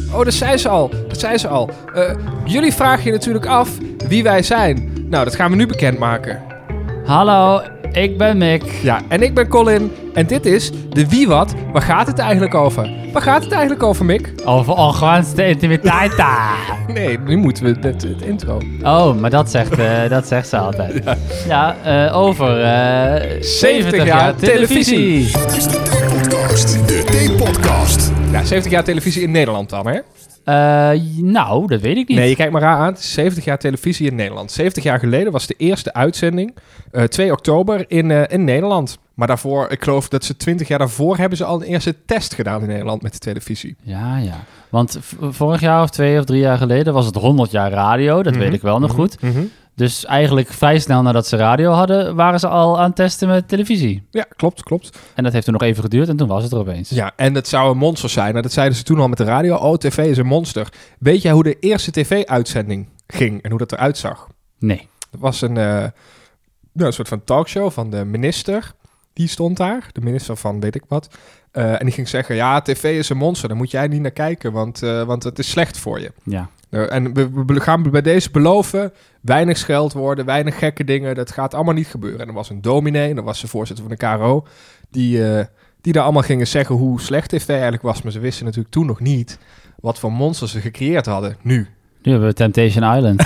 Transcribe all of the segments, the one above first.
Oh, dat zei ze al. Jullie vragen je natuurlijk af wie wij zijn. Nou, dat gaan we nu bekendmaken. Hallo, ik ben Mick. Ja, en ik ben Colin. En dit is de Wie Wat. Waar gaat het eigenlijk over? Waar gaat het eigenlijk over, Mick? Over ongewenste intimiteit. Nee, nu moeten we het intro. Oh, maar dat zegt ze altijd. Ja, over 70 jaar televisie. Dat is de T-podcast. De T-podcast. Ja, 70 jaar televisie in Nederland dan, hè? Nou, dat weet ik niet. Nee, je kijkt maar raar aan. Het is 70 jaar televisie in Nederland. 70 jaar geleden was de eerste uitzending. 2 oktober in Nederland. Maar daarvoor, ik geloof dat ze 20 jaar daarvoor hebben ze al een eerste test gedaan in Nederland met de televisie. Ja. Want vorig jaar of 2 of 3 jaar geleden was het 100 jaar radio. Dat weet ik wel nog goed. Mm-hmm. Dus eigenlijk vrij snel nadat ze radio hadden, waren ze al aan het testen met televisie. Ja, klopt. En dat heeft toen nog even geduurd en toen was het er opeens. Ja, en het zou een monster zijn. Nou, dat zeiden ze toen al met de radio. Oh, tv is een monster. Weet jij hoe de eerste tv-uitzending ging en hoe dat eruit zag? Nee. Dat was een soort van talkshow van de minister. Die stond daar. De minister van weet ik wat. En die ging zeggen, ja, tv is een monster. Daar moet jij niet naar kijken, want het is slecht voor je. Ja. En we gaan bij deze beloven, weinig scheldwoorden, weinig gekke dingen. Dat gaat allemaal niet gebeuren. En er was een dominee, en dat was de voorzitter van de KRO, die daar allemaal gingen zeggen hoe slecht tv eigenlijk was. Maar ze wisten natuurlijk toen nog niet wat voor monsters ze gecreëerd hadden. Nu hebben we Temptation Island.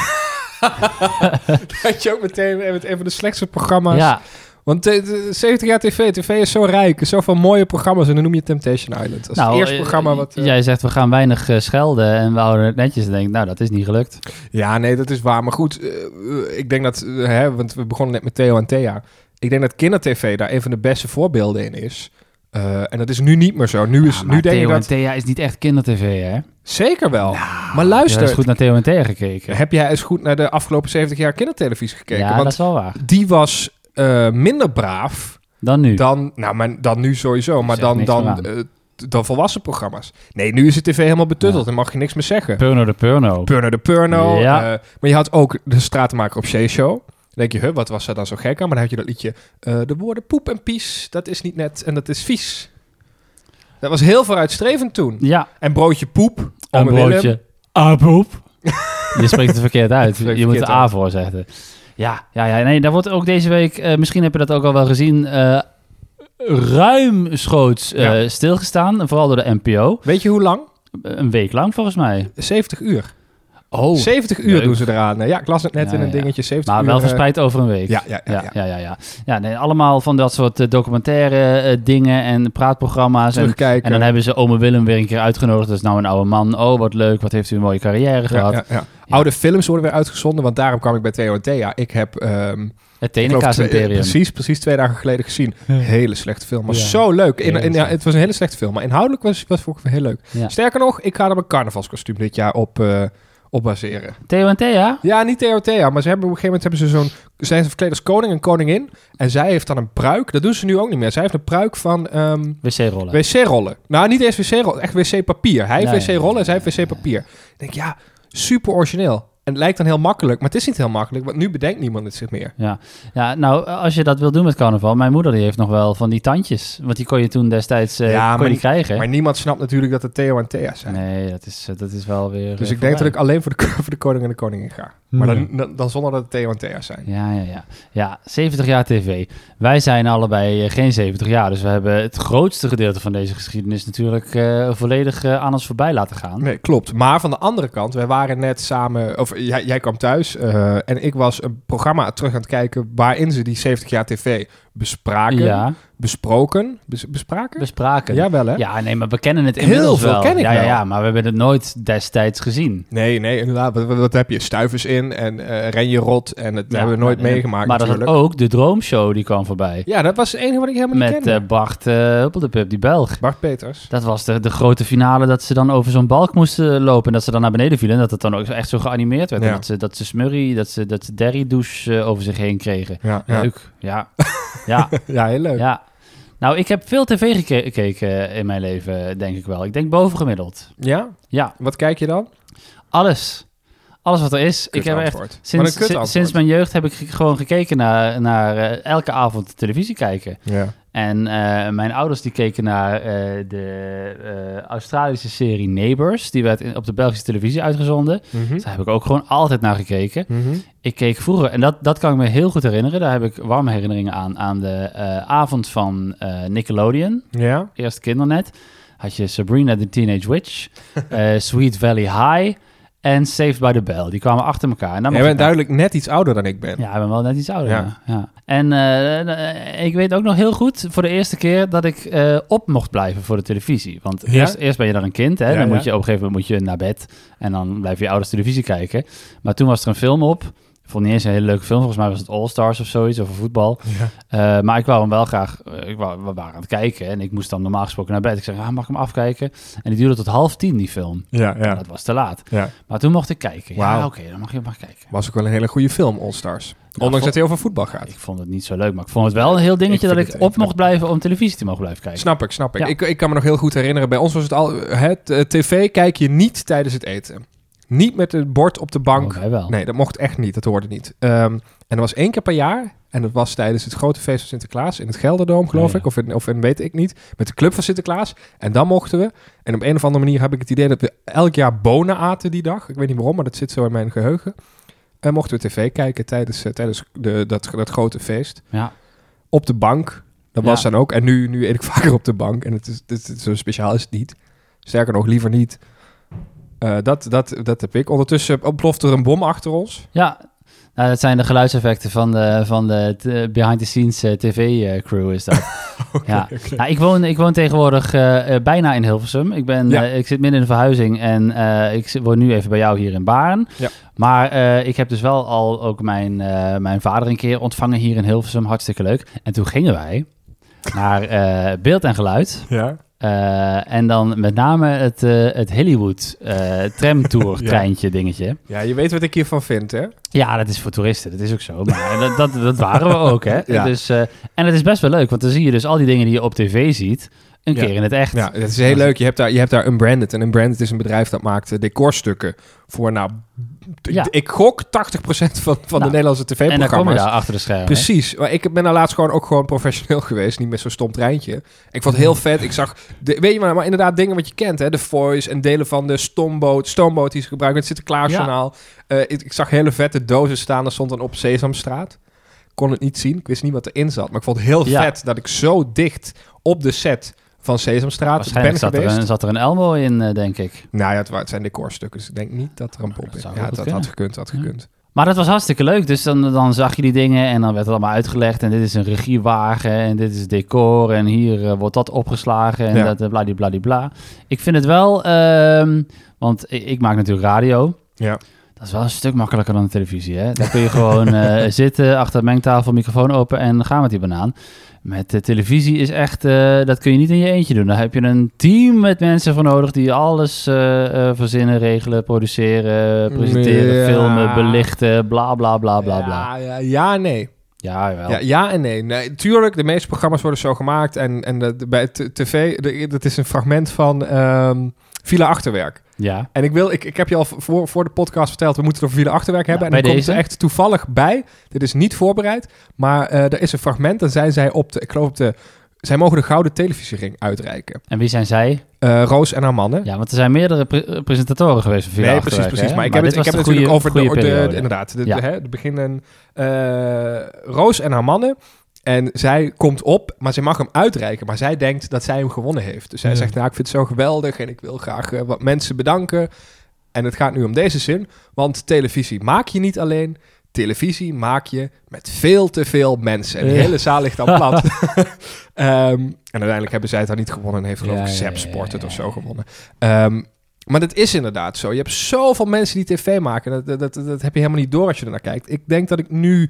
Dat je ook meteen met een van de slechtste programma's. Ja. Want 70 jaar tv is zo rijk. Zoveel mooie programma's en dan noem je Temptation Island. Dat is het eerste programma wat... Jij zegt, we gaan weinig schelden en we houden het netjes. En denk ik, nou, dat is niet gelukt. Ja, nee, dat is waar. Maar goed, ik denk dat... want we begonnen net met Theo en Thea. Ik denk dat kindertv daar een van de beste voorbeelden in is. En dat is nu niet meer zo. Nu denk Theo ik dat... en Thea is niet echt kindertv, hè? Zeker wel. Nou, maar luister... Je hebt eens goed naar Theo en Thea gekeken. Heb jij eens goed naar de afgelopen 70 jaar kindertelevisie gekeken? Ja, Want dat is wel waar. die was minder braaf... Dan nu? Dan nu sowieso, maar dan volwassen programma's. Nee, nu is de tv helemaal betutteld en mag je niks meer zeggen. Purno de Purno. Ja. Maar je had ook de Stratenmaker op Zee-show. Dan denk je, wat was er dan zo gek aan? Maar dan had je dat liedje... de woorden poep en pies, dat is niet net en dat is vies. Dat was heel vooruitstrevend toen. Ja. En broodje poep. Een broodje poep. Je spreekt het verkeerd uit. Je moet de A voor zeggen. Ja. Nee, daar wordt ook deze week... misschien heb je dat ook al wel gezien... ruimschoots stilgestaan. Vooral door de NPO. Weet je hoe lang? Een week lang volgens mij. 70 uur. Oh, 70 uur leuk. Doen ze eraan. Ja, ik las het net in een dingetje. 70 maar uur. wel verspreid over een week. Ja, nee, allemaal van dat soort documentaire dingen en praatprogramma's. Terugkijken. En dan hebben ze ome Willem weer een keer uitgenodigd. Dat is nou een oude man. Oh, wat leuk. Wat heeft u een mooie carrière gehad. Ja. Oude films worden weer uitgezonden, want daarom kwam ik bij Theo en Thea. Ik heb... het Tenenkaas Imperium. Precies 2 dagen geleden gezien. Hele slechte film, maar zo leuk. Het was een hele slechte film, maar inhoudelijk was het volgens mij heel leuk. Ja. Sterker nog, ik ga er mijn carnavalskostuum dit jaar op baseren. Theo en Thea? Ja, niet Theo en Thea, maar ze hebben op een gegeven moment hebben ze zijn verkleed als koning en koningin. En zij heeft dan een pruik. Dat doen ze nu ook niet meer. Zij heeft een pruik van... wc-rollen. Wc-rollen. Nou, niet eens wc-rollen. Echt wc-papier. Hij heeft wc-rollen en zij heeft wc-papier. Ik denk, ja, super origineel. En het lijkt dan heel makkelijk, maar het is niet heel makkelijk, want nu bedenkt niemand het zich meer. Ja, nou, als je dat wil doen met carnaval, mijn moeder die heeft nog wel van die tandjes, want die kon je toen destijds die krijgen. Maar niemand snapt natuurlijk dat het Theo en Thea zijn. Nee, dat is wel weer... Dus ik denk dat ik alleen voor de koning en de koningin ga. Maar dan zonder dat het Theo en Thea zijn. Ja, 70 jaar tv. Wij zijn allebei geen 70 jaar, dus we hebben het grootste gedeelte van deze geschiedenis natuurlijk volledig aan ons voorbij laten gaan. Nee, klopt. Maar van de andere kant, wij waren net samen... Of jij kwam thuis en ik was een programma terug aan het kijken waarin ze die 70 jaar tv bespraken. Ja. Bespraken? Jawel, hè? Ja, nee, maar we kennen het inmiddels heel veel wel. Ken ik wel. Ja, maar we hebben het nooit destijds gezien. Nee, inderdaad. Wat heb je? Stuivers in en Renje-Rot en dat hebben we nooit meegemaakt. Maar natuurlijk. dat was ook de Droomshow die kwam voorbij. Ja, dat was het enige wat ik helemaal niet kende. Met Bart Huppeldepup, die Belg. Bart Peters. Dat was de grote finale dat ze dan over zo'n balk moesten lopen en dat ze dan naar beneden vielen en dat het dan ook echt zo geanimeerd werd. Ja. En dat ze smurrie, dat ze Derry douche over zich heen kregen. Ja. Leuk. Ja. Ja, heel leuk. Ja. Nou, ik heb veel tv gekeken in mijn leven, denk ik wel. Ik denk bovengemiddeld. Ja? Ja. Wat kijk je dan? Alles wat er is. Ik heb echt sinds mijn jeugd heb ik gewoon gekeken naar elke avond televisie kijken. Ja. En mijn ouders die keken naar de Australische serie Neighbours. Die werd op de Belgische televisie uitgezonden. Dus daar heb ik ook gewoon altijd naar gekeken. Ik keek vroeger, en dat kan ik me heel goed herinneren. Daar heb ik warme herinneringen aan de avond van Nickelodeon. Ja. Eerst Kindernet. Had je Sabrina the Teenage Witch, Sweet Valley High en Saved by the Bell. Die kwamen achter elkaar. En dan Jij bent duidelijk net iets ouder dan ik ben. Ja, ik ben wel net iets ouder. Ja. Ja. En ik weet ook nog heel goed voor de eerste keer dat ik op mocht blijven voor de televisie. Want eerst ben je dan een kind. Hè? Dan moet je op een gegeven moment naar bed. En dan blijven je ouders televisie kijken. Maar toen was er een film op. Ik vond niet eens een hele leuke film. Volgens mij was het All Stars of zoiets, over voetbal. Ja. Maar ik wou hem wel graag... we waren aan het kijken en ik moest dan normaal gesproken naar bed. Ik zei, mag ik hem afkijken? En die duurde tot 9:30, die film. Ja. En dat was te laat. Ja. Maar toen mocht ik kijken. Wow. Ja, oké, dan mag je maar kijken. Was ook wel een hele goede film, All Stars. Ondanks dat hij over voetbal gaat. Ik vond het niet zo leuk, maar ik vond het wel een heel dingetje dat ik op mocht blijven om televisie te mogen blijven kijken. Snap ik. Ja. Ik kan me nog heel goed herinneren. Bij ons was het al... tv kijk je niet tijdens het eten. Niet met het bord op de bank. Oh, wel. Nee, dat mocht echt niet. Dat hoorde niet. En dat was 1 keer per jaar. En dat was tijdens het grote feest van Sinterklaas in het Gelderdoom, geloof ik. Of in weet ik niet. Met de club van Sinterklaas. En dan mochten we. En op een of andere manier heb ik het idee dat we elk jaar bonen aten die dag. Ik weet niet waarom, maar dat zit zo in mijn geheugen. En mochten we tv kijken tijdens dat grote feest. Ja. Op de bank. Dat was dan ook. En nu eet ik vaker op de bank. En het is zo speciaal is het niet. Sterker nog, liever niet. Dat heb ik. Ondertussen ontploft er een bom achter ons. Ja, nou, dat zijn de geluidseffecten van de behind-the-scenes tv-crew is dat. Okay. Nou, ik woon tegenwoordig bijna in Hilversum. Ik zit midden in de verhuizing en ik woon nu even bij jou hier in Baarn. Ja. Maar ik heb dus wel al ook mijn vader een keer ontvangen hier in Hilversum. Hartstikke leuk. En toen gingen wij naar beeld en geluid. Ja. En dan met name het Hollywood tramtour treintje dingetje. Ja, je weet wat ik hiervan vind, hè? Ja, dat is voor toeristen. Dat is ook zo. Maar dat waren we ook, hè? Ja. Dus, en het is best wel leuk, want dan zie je dus al die dingen die je op tv ziet een keer in het echt. Ja, het is heel leuk. Je hebt daar Unbranded. En Unbranded is een bedrijf dat maakt decorstukken voor, ik gok 80% van de Nederlandse tv-programma's. En dan kom je daar achter de schermen. Precies. Maar ik ben daar laatst gewoon professioneel geweest. Niet met zo'n stom treintje. Ik vond het heel vet. Ik zag, weet je maar inderdaad dingen wat je kent. Hè? The Voice en delen van de stoomboot die ze gebruiken. Het Sinterklaasjournaal. Ik zag hele vette dozen staan. Er stond dan op Sesamstraat. Kon het niet zien. Ik wist niet wat erin zat. Maar ik vond het heel vet dat ik zo dicht op de set van Sesamstraat ben geweest. Zat er een Elmo in, denk ik. Nou ja, het zijn decorstukken. Dus ik denk niet dat er een pop is. Ja, dat had gekund. Maar dat was hartstikke leuk. Dus dan zag je die dingen en dan werd het allemaal uitgelegd. En dit is een regiewagen en dit is decor. En hier wordt dat opgeslagen en dat bladibladibla. Ik vind het wel, want ik maak natuurlijk radio. Ja. Dat is wel een stuk makkelijker dan de televisie, hè? Daar kun je gewoon zitten, achter de mengtafel, microfoon open en gaan met die banaan. Met de televisie is echt, dat kun je niet in je eentje doen. Daar heb je een team met mensen voor nodig die alles verzinnen, regelen, produceren, presenteren, filmen, belichten, bla bla bla bla bla. Ja, nee. Ja, wel. Ja en nee. Tuurlijk, de meeste programma's worden zo gemaakt. En bij tv, dat is een fragment van Villa Achterwerk. Ja. En ik heb je al voor de podcast verteld, we moeten het over Villa Achterwerk hebben. Nou, en dan komt er echt toevallig bij. Dit is niet voorbereid. Maar er is een fragment. Dan zijn zij zij mogen de Gouden Televisiering uitreiken. En wie zijn zij? Roos en haar mannen. Ja, want er zijn meerdere presentatoren geweest van Villa Achterwerk. Precies. Hè? Maar ik heb het natuurlijk over de beginnen Roos en haar mannen. En zij komt op, maar zij mag hem uitreiken. Maar zij denkt dat zij hem gewonnen heeft. Dus zij zegt, ik vind het zo geweldig en ik wil graag wat mensen bedanken. En het gaat nu om deze zin. Want televisie maak je niet alleen. Televisie maak je met veel te veel mensen. En de hele zaal ligt dan plat. En uiteindelijk hebben zij het dan niet gewonnen. En heeft geloof ik Zep Sport het of zo gewonnen. Maar dat is inderdaad zo. Je hebt zoveel mensen die tv maken. Dat heb je helemaal niet door als je er naar kijkt. Ik denk dat ik nu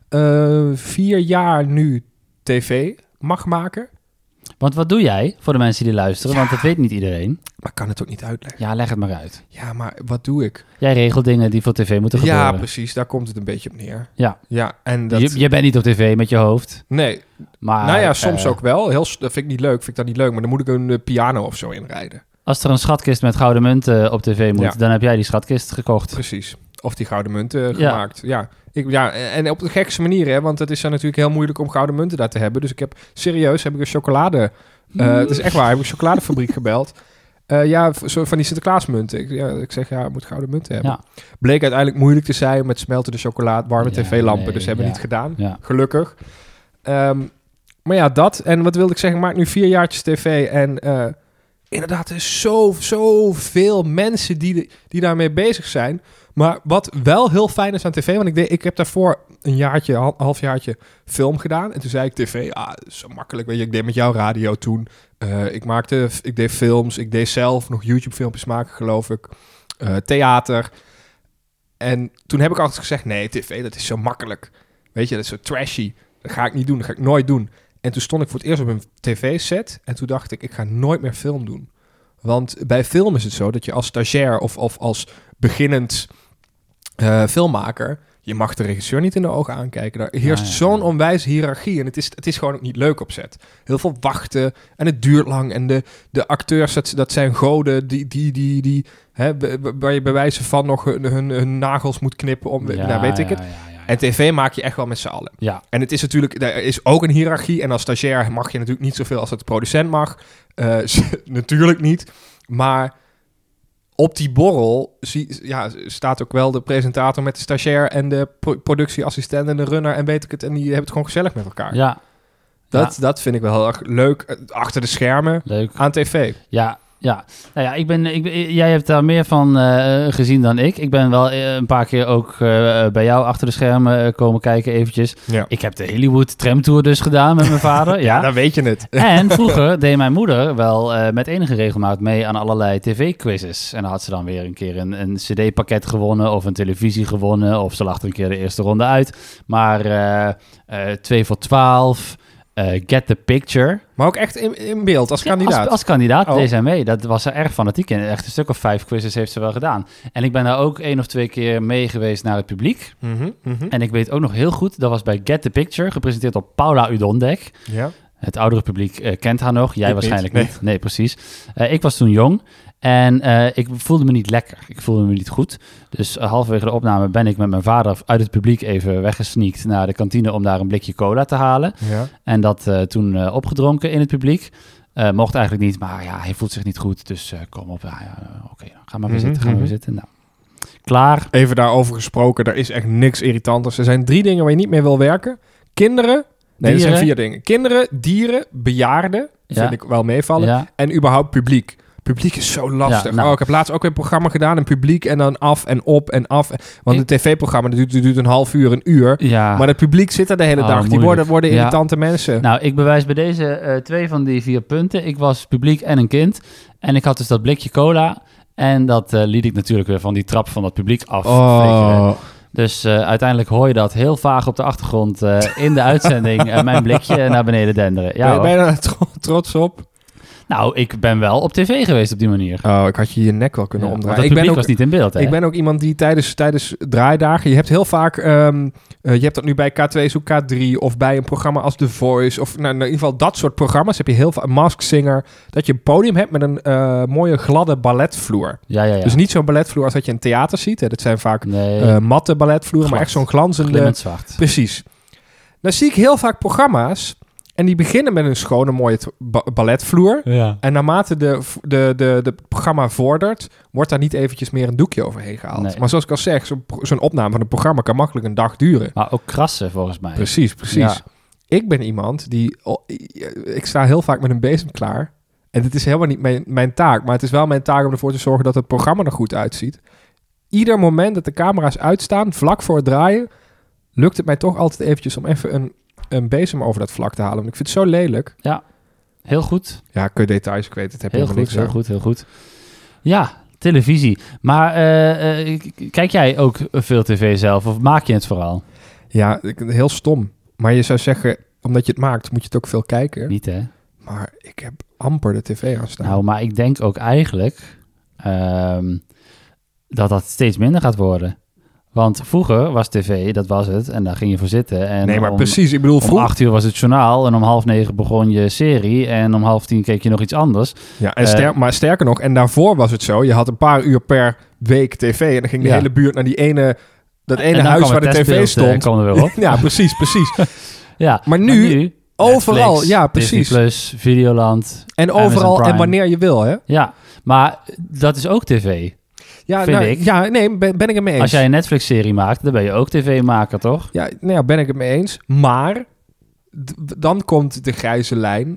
4 jaar nu tv mag maken. Want wat doe jij voor de mensen die luisteren? Want dat weet niet iedereen. Maar ik kan het ook niet uitleggen. Ja, leg het maar uit. Ja, maar wat doe ik? Jij regelt dingen die voor tv moeten gebeuren. Ja, precies. Daar komt het een beetje op neer. Ja, en je bent niet op tv met je hoofd. Nee. Maar, nou ja, soms ook wel. Dat vind ik niet leuk. Vind ik dat niet leuk. Maar dan moet ik een piano of zo inrijden. Als er een schatkist met gouden munten op tv moet, dan heb jij die schatkist gekocht. Precies. Of die gouden munten gemaakt. Ja, en op de gekste manier, hè. Want het is dan natuurlijk heel moeilijk om gouden munten daar te hebben. Dus ik heb een chocolade... het is echt waar, ik heb een chocoladefabriek gebeld. Van die Sinterklaasmunten. Ik zeg, ik moet gouden munten hebben. Ja. Bleek uiteindelijk moeilijk te zijn met smeltende chocolade, warme tv-lampen. Dus hebben we niet gedaan, gelukkig. Maar ja, dat. En wat wilde ik zeggen? Ik maak nu 4 jaartjes tv. En inderdaad, er is zoveel mensen die daarmee bezig zijn. Maar wat wel heel fijn is aan tv... Want ik heb daarvoor een halfjaartje film gedaan. En toen zei ik tv, dat is zo makkelijk. Weet je, ik deed met jou radio toen. Ik deed films. Ik deed zelf nog YouTube-filmpjes maken, geloof ik. Theater. En toen heb ik altijd gezegd... Nee, tv, dat is zo makkelijk. Weet je, dat is zo trashy. Dat ga ik niet doen. Dat ga ik nooit doen. En toen stond ik voor het eerst op een tv-set. En toen dacht ik ga nooit meer film doen. Want bij film is het zo dat je als stagiair of als beginnend filmmaker... Je mag de regisseur niet in de ogen aankijken. Daar heerst zo'n onwijze hiërarchie. En het is gewoon ook niet leuk op set. Heel veel wachten. En het duurt lang. En de acteurs, dat zijn goden die waar je bij wijze van nog hun nagels moet knippen. Weet ik het. En tv maak je echt wel met z'n allen. Ja. En het is natuurlijk, er is ook een hiërarchie. En als stagiair mag je natuurlijk niet zoveel als het producent mag. Natuurlijk niet. Maar op die borrel staat ook wel de presentator met de stagiair en de productieassistent en de runner en weet ik het. En die hebben het gewoon gezellig met elkaar. Ja. Dat vind ik wel heel erg leuk. Achter de schermen aan tv. Ja. Ja, nou ja, jij hebt daar meer van gezien dan ik. Ik ben wel een paar keer ook bij jou achter de schermen komen kijken eventjes. Ja. Ik heb de Hollywood tramtour dus gedaan met mijn vader. Ja, dan weet je het. En vroeger deed mijn moeder wel met enige regelmaat mee aan allerlei tv-quizzes. En dan had ze dan weer een keer een cd-pakket gewonnen of een televisie gewonnen. Of ze lag er een keer de eerste ronde uit. Maar 2 voor 12... Get the Picture. Maar ook echt in beeld, als kandidaat? Als kandidaat deed zij mee. Dat was er erg fanatiek in. Echt een stuk of 5 quizzes heeft ze wel gedaan. En ik ben daar ook 1 of 2 keer mee geweest naar het publiek. En ik weet ook nog heel goed, dat was bij Get the Picture, gepresenteerd door Paula Udondek. Ja. Het oudere publiek kent haar nog. Jij waarschijnlijk niet. Nee, precies. Ik was toen jong. En ik voelde me niet lekker. Ik voelde me niet goed. Dus halverwege de opname ben ik met mijn vader uit het publiek even weggesneakt naar de kantine om daar een blikje cola te halen. Ja. En dat toen opgedronken in het publiek. Mocht eigenlijk niet, maar ja, hij voelt zich niet goed. Dus kom op. Oké, ga maar weer zitten. Ga maar weer zitten. Nou, klaar. Even daarover gesproken. Er is echt niks irritanters. Er zijn 3 dingen waar je niet mee wil werken. Kinderen. Nee, er zijn 4 dingen. Kinderen, dieren, bejaarden. Vind ik wel meevallen. Ja. En überhaupt publiek. Publiek is zo lastig. Ik heb laatst ook weer een programma gedaan. Een publiek en dan af en op en af. Want een tv-programma duurt een half uur, een uur. Ja. Maar het publiek zit er de hele dag. Die worden irritante mensen. Nou, ik bewijs bij deze 2 van die 4 punten. Ik was publiek en een kind. En ik had dus dat blikje cola. En dat liet ik natuurlijk weer van die trap van dat publiek af. Dus uiteindelijk hoor je dat heel vaag op de achtergrond in de uitzending. Mijn blikje naar beneden denderen. Ja, ben je daar trots op? Nou, ik ben wel op tv geweest op die manier. Oh, ik had je nek wel kunnen omdraaien. Het publiek was niet in beeld, hè? Ik ben ook iemand die tijdens draaidagen... Je hebt heel vaak... je hebt dat nu bij K2 zoek K3... of bij een programma als The Voice... of in ieder geval dat soort programma's... heb je heel vaak Masked Singer... dat je een podium hebt met een mooie gladde balletvloer. Ja. Dus niet zo'n balletvloer als dat je in theater ziet. Hè. Dat zijn vaak matte balletvloeren... maar echt zo'n glanzende... Glimmend zwart. Precies. Dan zie ik heel vaak programma's... En die beginnen met een schone, mooie balletvloer. Ja. En naarmate de programma vordert... wordt daar niet eventjes meer een doekje overheen gehaald. Nee. Maar zoals ik al zeg, zo'n opname van een programma... kan makkelijk een dag duren. Maar ook krassen, volgens mij. Precies. Ja. Ik ben iemand die... ik sta heel vaak met een bezem klaar. En het is helemaal niet mijn taak. Maar het is wel mijn taak om ervoor te zorgen... dat het programma er goed uitziet. Ieder moment dat de camera's uitstaan... vlak voor het draaien... lukt het mij toch altijd eventjes om even een bezem over dat vlak te halen. Want ik vind het zo lelijk. Ja, heel goed. Ja, kun je details, ik weet het. Heb je heel goed. Ja, televisie. Maar kijk jij ook veel tv zelf of maak je het vooral? Ja, heel stom. Maar je zou zeggen, omdat je het maakt, moet je het ook veel kijken. Niet, hè? Maar ik heb amper de tv aan staan. Nou, maar ik denk ook eigenlijk dat steeds minder gaat worden. Want vroeger was tv, dat was het. En daar ging je voor zitten. En Nee, maar precies. Ik bedoel, om vroeger... 8 uur was het journaal. En om 8:30 begon je serie. En om 9:30 keek je nog iets anders. Ja, en maar sterker nog, en daarvoor was het zo, je had een paar uur per week tv en dan ging de hele buurt naar dat ene huis waar de tv stond. Kwam er weer op. Ja, precies. Ja, Maar nu overal, Netflix, ja, precies. Disney Plus, Videoland. En Amazon overal Prime. en wanneer je wil, hè? Ja, maar dat is ook tv. Ja, Vind ik. Ja, nee, ben ik het mee eens. Als jij een Netflix-serie maakt, dan ben je ook tv-maker, toch? Ja, nou ja, ben ik het mee eens. Maar dan komt de grijze lijn.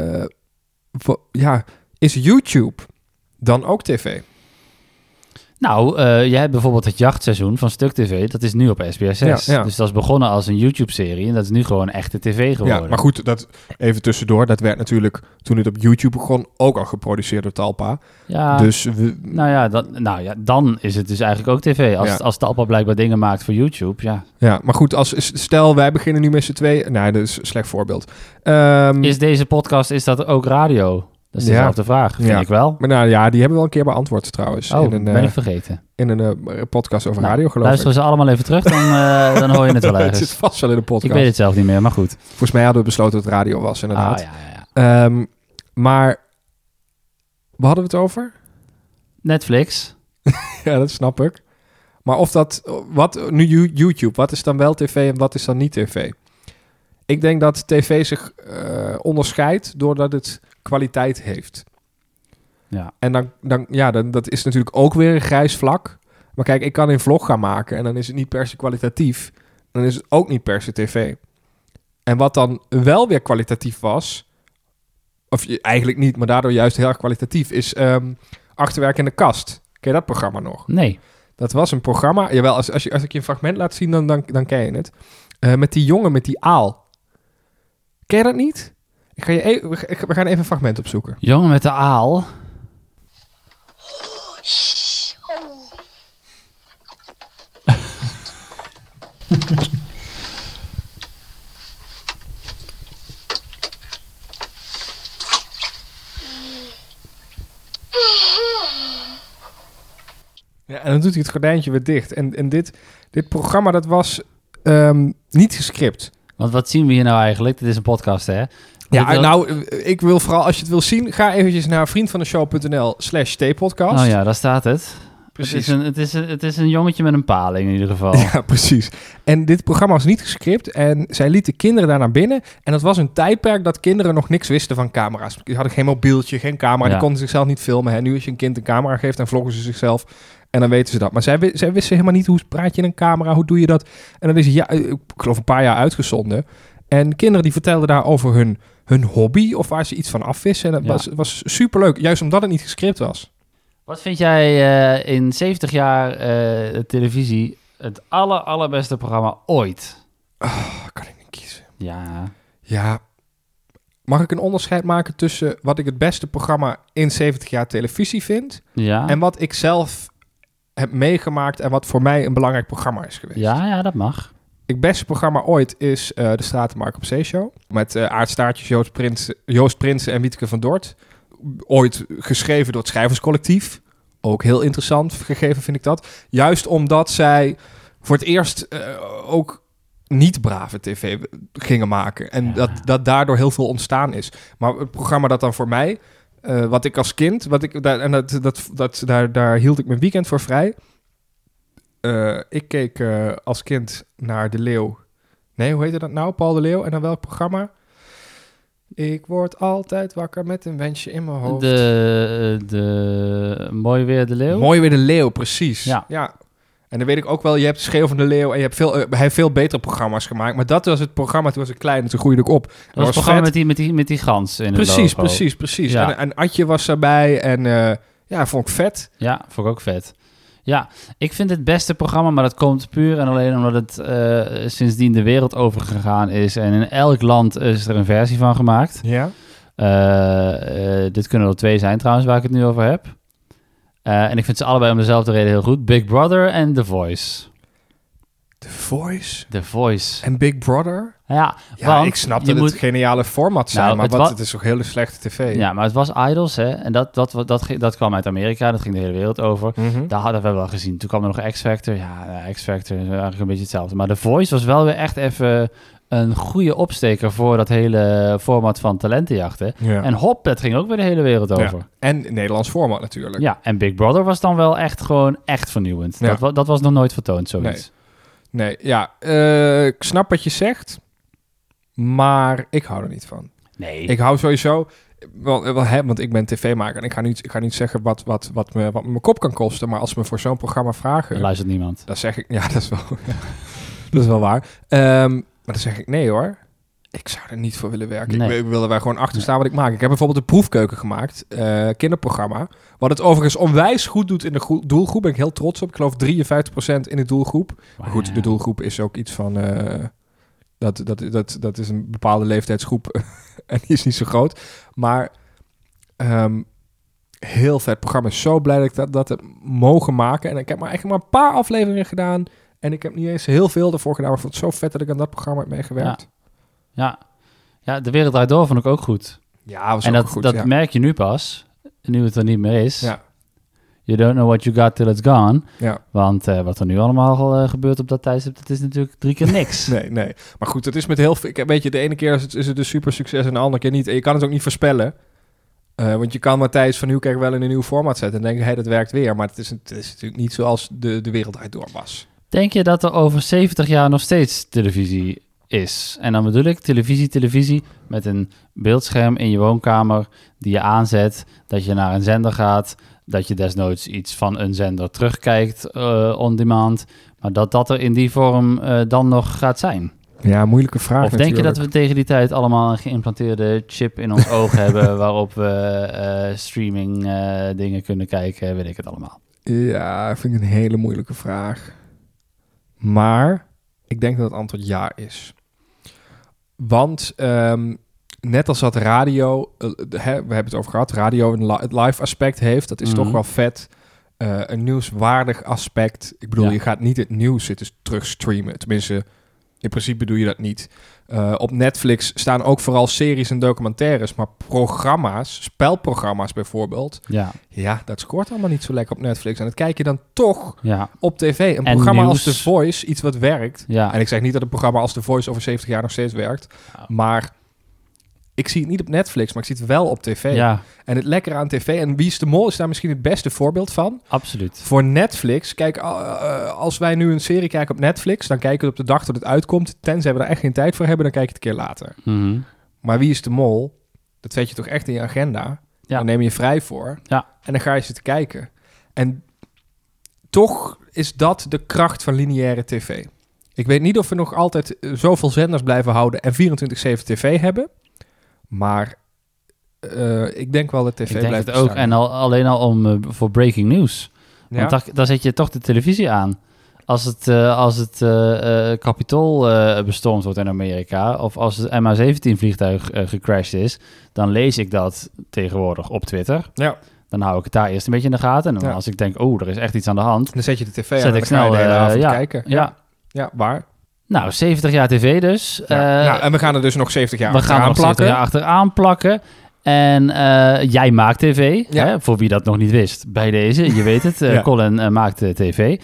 Is YouTube dan ook tv? Nou, je hebt bijvoorbeeld het jachtseizoen van Stuk TV. Dat is nu op SBS 6. Ja. Dus dat is begonnen als een YouTube-serie. En dat is nu gewoon echte tv geworden. Ja, maar goed, dat even tussendoor. Dat werd natuurlijk, toen het op YouTube begon, ook al geproduceerd door Talpa. Ja, Dus dan is het dus eigenlijk ook tv. Als Talpa blijkbaar dingen maakt voor YouTube, ja. Ja, maar goed, stel wij beginnen nu met z'n tweeën. Nee, dat is een slecht voorbeeld. Is deze podcast, is dat ook radio? Dat is dezelfde vraag, vind ik wel. Maar nou ja, die hebben we wel een keer beantwoord trouwens. Ben ik vergeten. In een podcast over radio, geloof luisteren ik. ze allemaal even terug, dan hoor je het wel ergens. Het zit vast wel in de podcast. Ik weet het zelf niet meer, maar goed. Volgens mij hadden we besloten dat het radio was, inderdaad. Ja. Maar, waar hadden we het over? Netflix. Ja, dat snap ik. Maar of nu YouTube, wat is dan wel tv en wat is dan niet tv? Ik denk dat tv zich onderscheidt doordat het kwaliteit heeft. Ja. En dan dat is natuurlijk ook weer een grijs vlak. Maar kijk, ik kan een vlog gaan maken en dan is het niet per se kwalitatief. Dan is het ook niet per se tv. En wat dan wel weer kwalitatief was, of eigenlijk niet, maar daardoor juist heel erg kwalitatief, is Achterwerk in de Kast. Ken je dat programma nog? Nee. Dat was een programma, jawel, als ik je een fragment laat zien, dan ken je het. Met die jongen, met die aal. Ken je dat niet? We gaan even een fragment opzoeken. Jongen met de aal. Ja, en dan doet hij het gordijntje weer dicht. En dit programma, dat was niet gescript. Want wat zien we hier nou eigenlijk? Dit is een podcast, hè? Ik wil vooral, als je het wil zien, ga eventjes naar vriendvandeshow.nl/tpodcast. Oh ja, daar staat het. Precies. Het is een jongetje met een paling in ieder geval. Ja, precies. En dit programma was niet gescript en zij lieten kinderen daar naar binnen. En dat was een tijdperk dat kinderen nog niks wisten van camera's. Die hadden geen mobieltje, geen camera, die konden zichzelf niet filmen. Hè. Nu als je een kind een camera geeft, dan vloggen ze zichzelf en dan weten ze dat. Maar zij wisten helemaal niet, hoe praat je in een camera, hoe doe je dat? En dan is het, ik geloof een paar jaar uitgezonden. En kinderen die vertelden daar over hun hobby of waar ze iets van afwissen. En dat was superleuk, juist omdat het niet gescript was. Wat vind jij in 70 jaar televisie het allerbeste programma ooit? Kan ik niet kiezen. Ja. Mag ik een onderscheid maken tussen wat ik het beste programma in 70 jaar televisie vind en wat ik zelf heb meegemaakt en wat voor mij een belangrijk programma is geweest? Ja, dat mag. Het beste programma ooit is de Stratenmarkt op Zee Show. Met Aart Staartjes, Joost Prinsen en Wieteke van Dort. Ooit geschreven door het Schrijverscollectief. Ook heel interessant gegeven vind ik dat. Juist omdat zij voor het eerst ook niet brave tv gingen maken. En dat daardoor heel veel ontstaan is. Maar het programma dat dan voor mij, wat ik als kind, daar hield ik mijn weekend voor vrij. Ik keek als kind naar De Leeuw. Nee, hoe heette dat nou? Paul de Leeuw. En dan welk programma? Ik word altijd wakker met een wensje in mijn hoofd. De Mooi Weer de Leeuw? Mooi Weer de Leeuw, precies. Ja. En dan weet ik ook wel, je hebt Schreeuw van de Leeuw en je hebt hij heeft veel betere programma's gemaakt. Maar dat was het programma, toen was ik klein en toen groeide ik op. Dat was het programma met die gans in het logo. Precies. Ja. En Adje was erbij en vond ik vet. Ja, vond ik ook vet. Ja, ik vind het beste programma, maar dat komt puur en alleen omdat het sindsdien de wereld overgegaan is. En in elk land is er een versie van gemaakt. Ja. Dit kunnen er 2 zijn trouwens, waar ik het nu over heb. En ik vind ze allebei om dezelfde reden heel goed. Big Brother en The Voice. The Voice. The Voice. En Big Brother. Ja, Ja, want ik snap je dat het geniale format zijn, maar het is toch hele slechte tv. Ja, maar het was Idols, hè. En dat kwam uit Amerika. Dat ging de hele wereld over. Mhm. Daar hadden we wel gezien. Toen kwam er nog X-Factor. Ja, X-Factor is eigenlijk een beetje hetzelfde. Maar The Voice was wel weer echt even een goede opsteker voor dat hele format van talentenjachten. Ja. En hop, dat ging ook weer de hele wereld over. Ja. En Nederlands format natuurlijk. Ja, en Big Brother was dan wel echt gewoon echt vernieuwend. Ja. Dat was nog nooit vertoond, zoiets. Nee, ja. Ik snap wat je zegt, maar ik hou er niet van. Nee. Ik hou sowieso... want ik ben tv-maker en ik ga niet zeggen wat me mijn kop kan kosten, maar als ze me voor zo'n programma vragen... Er luistert niemand. Dan zeg ik... Ja, dat is wel, dat is wel waar. Maar dan zeg ik nee hoor. Ik zou er niet voor willen werken. Nee. Ik wil er wel gewoon achter staan wat ik maak. Ik heb bijvoorbeeld een proefkeuken gemaakt. Kinderprogramma. Wat het overigens onwijs goed doet in de doelgroep. Ben ik heel trots op. Ik geloof 53% in de doelgroep. Maar goed, de doelgroep is ook iets van... Dat is een bepaalde leeftijdsgroep. En die is niet zo groot. Maar heel vet programma. Zo blij dat ik dat heb mogen maken. En ik heb maar eigenlijk maar een paar afleveringen gedaan. En ik heb niet eens heel veel ervoor gedaan. Maar ik vond het zo vet dat ik aan dat programma heb meegewerkt. Ja, De Wereld Draait Door vond ik ook goed. Ja, was en ook goed. Dat merk je nu pas. Nu het er niet meer is. Ja. You don't know what you got till it's gone. Ja. Want wat er nu allemaal gebeurt op dat tijdstip, dat is natuurlijk 3 keer niks. Nee. Maar goed, het is met heel veel... Weet je, de ene keer is het een super succes en de andere keer niet. En je kan het ook niet voorspellen. Want je kan Matthijs van Nieuwkerk wel in een nieuw format zetten en denken, hey, dat werkt weer. Maar het is natuurlijk niet zoals de Wereld Draait Door was. Denk je dat er over 70 jaar nog steeds televisie is? En dan bedoel ik televisie met een beeldscherm in je woonkamer die je aanzet, dat je naar een zender gaat, dat je desnoods iets van een zender terugkijkt on demand, maar dat er in die vorm dan nog gaat zijn? Ja, moeilijke vraag. Of denk je dat we tegen die tijd allemaal een geïmplanteerde chip in ons oog hebben waarop we streaming dingen kunnen kijken, weet ik het allemaal? Ja, vind ik een hele moeilijke vraag. Maar ik denk dat het antwoord ja is. Want net als dat radio, we hebben het over gehad, radio het live aspect heeft, dat is toch wel vet. Een nieuwswaardig aspect. Ik bedoel, je gaat niet het nieuws zitten terugstreamen. Tenminste, in principe doe je dat niet. Op Netflix staan ook vooral series en documentaires, maar programma's, spelprogramma's bijvoorbeeld. Ja, dat scoort allemaal niet zo lekker op Netflix. En dat kijk je dan toch op tv. Een programma nieuws als The Voice, iets wat werkt. En ik zeg niet dat een programma als The Voice over 70 jaar nog steeds werkt. Maar ik zie het niet op Netflix, maar ik zie het wel op tv. En het lekkere aan tv, en Wie is de Mol is daar misschien het beste voorbeeld van. Absoluut. Voor Netflix, kijk, als wij nu een serie kijken op Netflix, dan kijken we op de dag dat het uitkomt. Tenzij we er echt geen tijd voor hebben, dan kijk je het een keer later. Maar Wie is de Mol, dat zet je toch echt in je agenda. Dan neem je vrij voor. En dan ga je zitten kijken. En toch is dat de kracht van lineaire tv. Ik weet niet of we nog altijd zoveel zenders blijven houden en 24/7 tv hebben. Maar ik denk wel dat tv blijft bestaan. Ik denk het ook. En alleen al voor breaking news. Want daar zet je toch de televisie aan. Als het Capitool bestormd wordt in Amerika, of als het MH17 vliegtuig gecrashed is, dan lees ik dat tegenwoordig op Twitter. Ja. Dan hou ik het daar eerst een beetje in de gaten. En dan als ik denk, er is echt iets aan de hand, dan zet je de tv aan en ik snel de hele avond kijken. Ja, waar? Nou, 70 jaar tv dus. En we gaan er dus nog 70 jaar achteraan plakken. En jij maakt tv, hè, voor wie dat nog niet wist. Bij deze, je weet het. Colin maakt tv.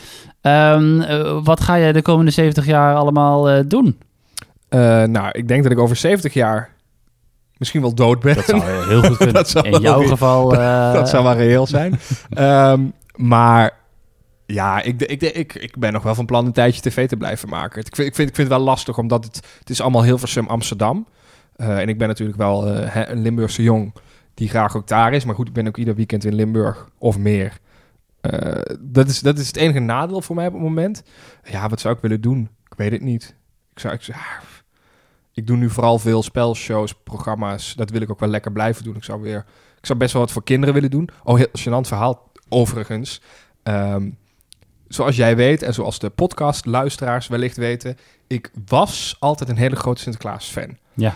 Wat ga jij de komende 70 jaar allemaal doen? Nou, ik denk dat ik over 70 jaar misschien wel dood ben. Dat zou heel goed kunnen. In jouw geval... dat zou wel reëel zijn. Maar... Ja, ik ben nog wel van plan een tijdje tv te blijven maken. Ik vind het wel lastig, omdat het is allemaal Hilversum, Amsterdam. En ik ben natuurlijk wel een Limburgse jong die graag ook daar is. Maar goed, ik ben ook ieder weekend in Limburg of meer. Dat is het enige nadeel voor mij op het moment. Ja, wat zou ik willen doen? Ik weet het niet. Ik doe nu vooral veel spelshows, programma's. Dat wil ik ook wel lekker blijven doen. Ik zou best wel wat voor kinderen willen doen. Oh, heel gênant verhaal overigens. Zoals jij weet en zoals de podcastluisteraars wellicht weten, ik was altijd een hele grote Sinterklaas-fan. Ja.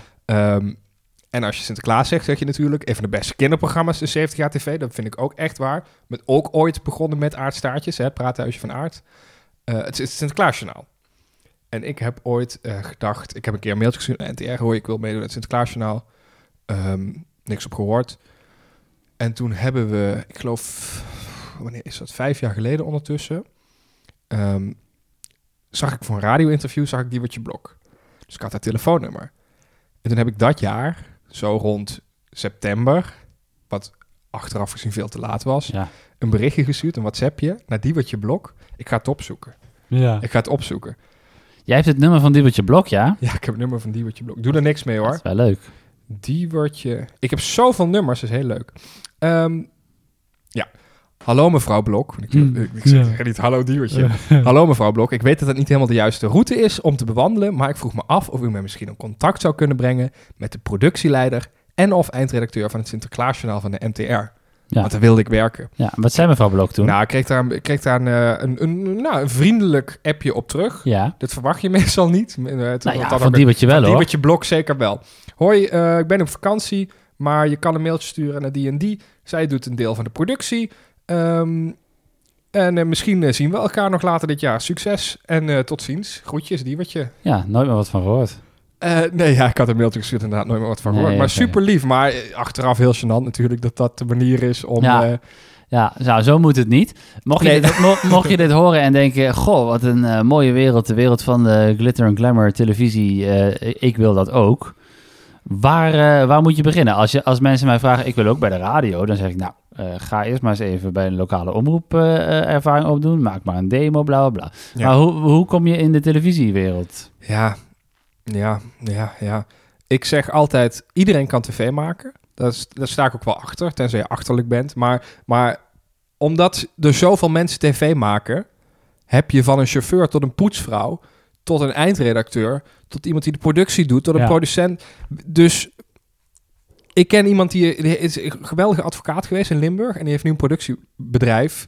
En als je Sinterklaas zegt, zeg je natuurlijk een van de beste kinderprogramma's in 70 jaar tv. Dat vind ik ook echt waar. Met ook ooit begonnen met Aardstaartjes, het praathuisje van Aard. Het is het Sinterklaasjournaal. En ik heb ooit gedacht... Ik heb een keer een mailtje gestuurd naar NTR. Hoor, ik wil meedoen aan het Sinterklaasjournaal. Niks op gehoord. En toen hebben we... Ik geloof... Wanneer is dat? 5 jaar geleden ondertussen. Zag ik voor een radio-interview... Zag ik Diewertje Blok. Dus ik had haar telefoonnummer. En toen heb ik dat jaar... Zo rond september... Wat achteraf gezien veel te laat was... Ja. Een berichtje gestuurd, een WhatsAppje... Naar Diewertje Blok. Ik ga het opzoeken. Ja. Ik ga het opzoeken. Jij hebt het nummer van Diewertje Blok, ja? Ja, ik heb het nummer van Diewertje Blok. Doe er niks mee, hoor. Dat is wel leuk. Diewertje... Ik heb zoveel nummers, dat is heel leuk. Ja. Hallo mevrouw Blok. Ik zeg niet hallo Diewertje. Hallo mevrouw Blok. Ik weet dat het niet helemaal de juiste route is om te bewandelen... maar ik vroeg me af of u mij misschien in contact zou kunnen brengen... met de productieleider en of eindredacteur van het Sinterklaasjournaal van de NTR. Ja. Want daar wilde ik werken. Ja, wat zei mevrouw Blok toen? Nou, ik kreeg daar een vriendelijk appje op terug. Ja. Dat verwacht je meestal niet. Van Diewertje wel, hoor. Diewertje Blok zeker wel. Hoi, ik ben op vakantie, maar je kan een mailtje sturen naar die en die. Zij doet een deel van de productie. En misschien zien we elkaar nog later dit jaar. Succes en tot ziens. Groetjes, Diewertje. Ja, nooit meer wat van gehoord. Nee, ja, ik had een mailtje gestuurd inderdaad nooit meer wat van gehoord. Maar super lief. Maar achteraf heel gênant natuurlijk dat de manier is om... Ja, nou, zo moet het niet. Mocht je dit horen en denken... Goh, wat een mooie wereld. De wereld van de glitter en glamour televisie. Ik wil dat ook. Waar moet je beginnen? Als mensen mij vragen... Ik wil ook bij de radio. Dan zeg ik, nou, ga eerst maar eens even bij een lokale omroep ervaring opdoen. Maak maar een demo, bla, bla, bla. Ja. Maar hoe kom je in de televisiewereld? Ja. Ik zeg altijd, iedereen kan tv maken. Daar sta ik ook wel achter, tenzij je achterlijk bent. Maar omdat er zoveel mensen tv maken... heb je van een chauffeur tot een poetsvrouw... tot een eindredacteur... tot iemand die de productie doet... tot een producent. Dus ik ken iemand die is een geweldige advocaat geweest in Limburg... en die heeft nu een productiebedrijf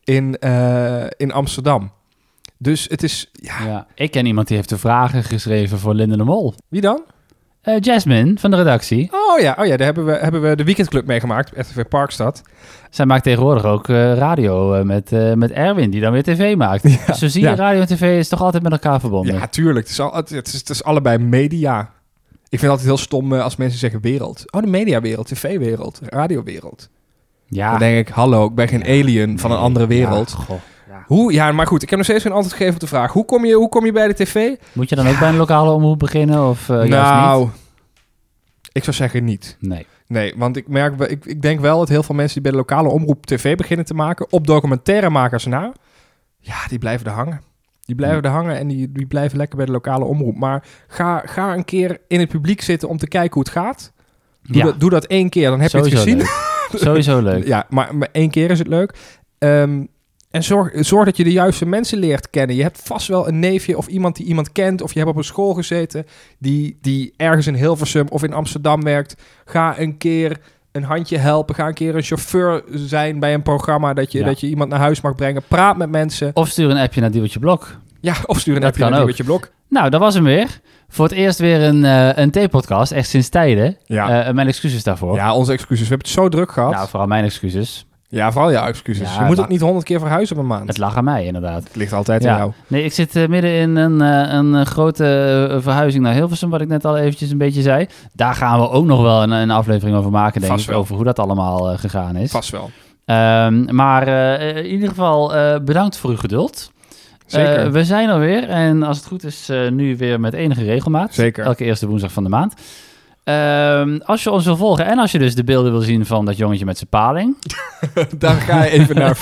in Amsterdam. Dus het is... Ja. Ik ken iemand die heeft de vragen geschreven voor Linde de Mol. Wie dan? Jasmine van de redactie. Oh ja, daar hebben we de weekendclub meegemaakt. RTV Parkstad. Zij maakt tegenwoordig ook radio met Erwin, die dan weer tv maakt. Ja, zo zie je, radio en tv is toch altijd met elkaar verbonden? Ja, tuurlijk. Het is allebei media. Ik vind het altijd heel stom als mensen zeggen wereld. Oh, de mediawereld, tv-wereld, radiowereld. Ja. Dan denk ik, hallo, ik ben geen alien van een andere wereld. Ja, Ja, maar goed, ik heb nog steeds geen antwoord gegeven op de vraag. Hoe kom je bij de tv? Moet je dan ook bij een lokale omroep beginnen of juist niet? Ik zou zeggen niet. Nee, want ik denk wel dat heel veel mensen die bij de lokale omroep tv beginnen te maken, op documentairemakers na, ja, die blijven er hangen. Die blijven er hangen en die blijven lekker bij de lokale omroep. Maar ga een keer in het publiek zitten om te kijken hoe het gaat. Doe dat 1 keer, dan heb je het gezien. Sowieso leuk. Ja, maar 1 keer is het leuk. En zorg dat je de juiste mensen leert kennen. Je hebt vast wel een neefje of iemand die iemand kent... of je hebt op een school gezeten die ergens in Hilversum of in Amsterdam werkt. Ga een keer een handje helpen. Ga een keer een chauffeur zijn bij een programma... dat je iemand naar huis mag brengen. Praat met mensen. Of stuur een appje naar Diewertje Blok. Ja, of stuur een appje naar Diewertje Blok. Nou, dat was hem weer. Voor het eerst weer een theepodcast. Echt sinds tijden. Ja. Mijn excuses daarvoor. Ja, onze excuses. We hebben het zo druk gehad. Nou, vooral mijn excuses. Ja, vooral jouw excuses. Ja, je moet ook niet 100 keer verhuizen op een maand. Het lag aan mij, inderdaad. Het ligt altijd aan jou. Nee, ik zit midden in een grote verhuizing naar Hilversum, wat ik net al eventjes een beetje zei. Daar gaan we ook nog wel een aflevering over maken, denk ik. Over hoe dat allemaal gegaan is. Vast wel. Maar in ieder geval bedankt voor uw geduld. Zeker. We zijn er weer en als het goed is nu weer met enige regelmaat. Zeker. Elke eerste woensdag van de maand. Als je ons wil volgen en als je dus de beelden wil zien van dat jongetje met zijn paling... dan ga je even naar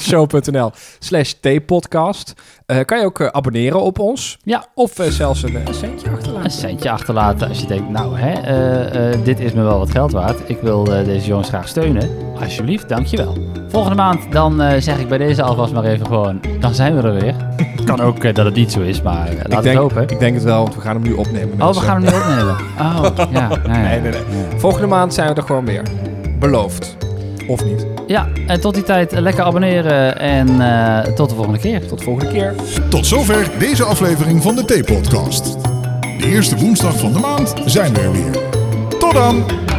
vriendvandeshow.nl/tpodcast. Kan je ook abonneren op ons. Ja. Of zelfs een centje achterlaten. Een centje achterlaten als je denkt, nou dit is me wel wat geld waard. Ik wil deze jongens graag steunen. Alsjeblieft, dankjewel. Volgende maand dan zeg ik bij deze alvast maar even gewoon, dan zijn we er weer. Kan ook dat het niet zo is, maar laten we het hopen. Ik denk het wel, want we gaan hem nu opnemen. Oh, we gaan hem nu opnemen. Oh, ja. Nee. Volgende maand zijn we er gewoon weer. Beloofd. Of niet. Ja, en tot die tijd lekker abonneren en tot de volgende keer. Tot de volgende keer. Tot zover deze aflevering van de T-podcast. De eerste woensdag van de maand zijn we er weer. Tot dan!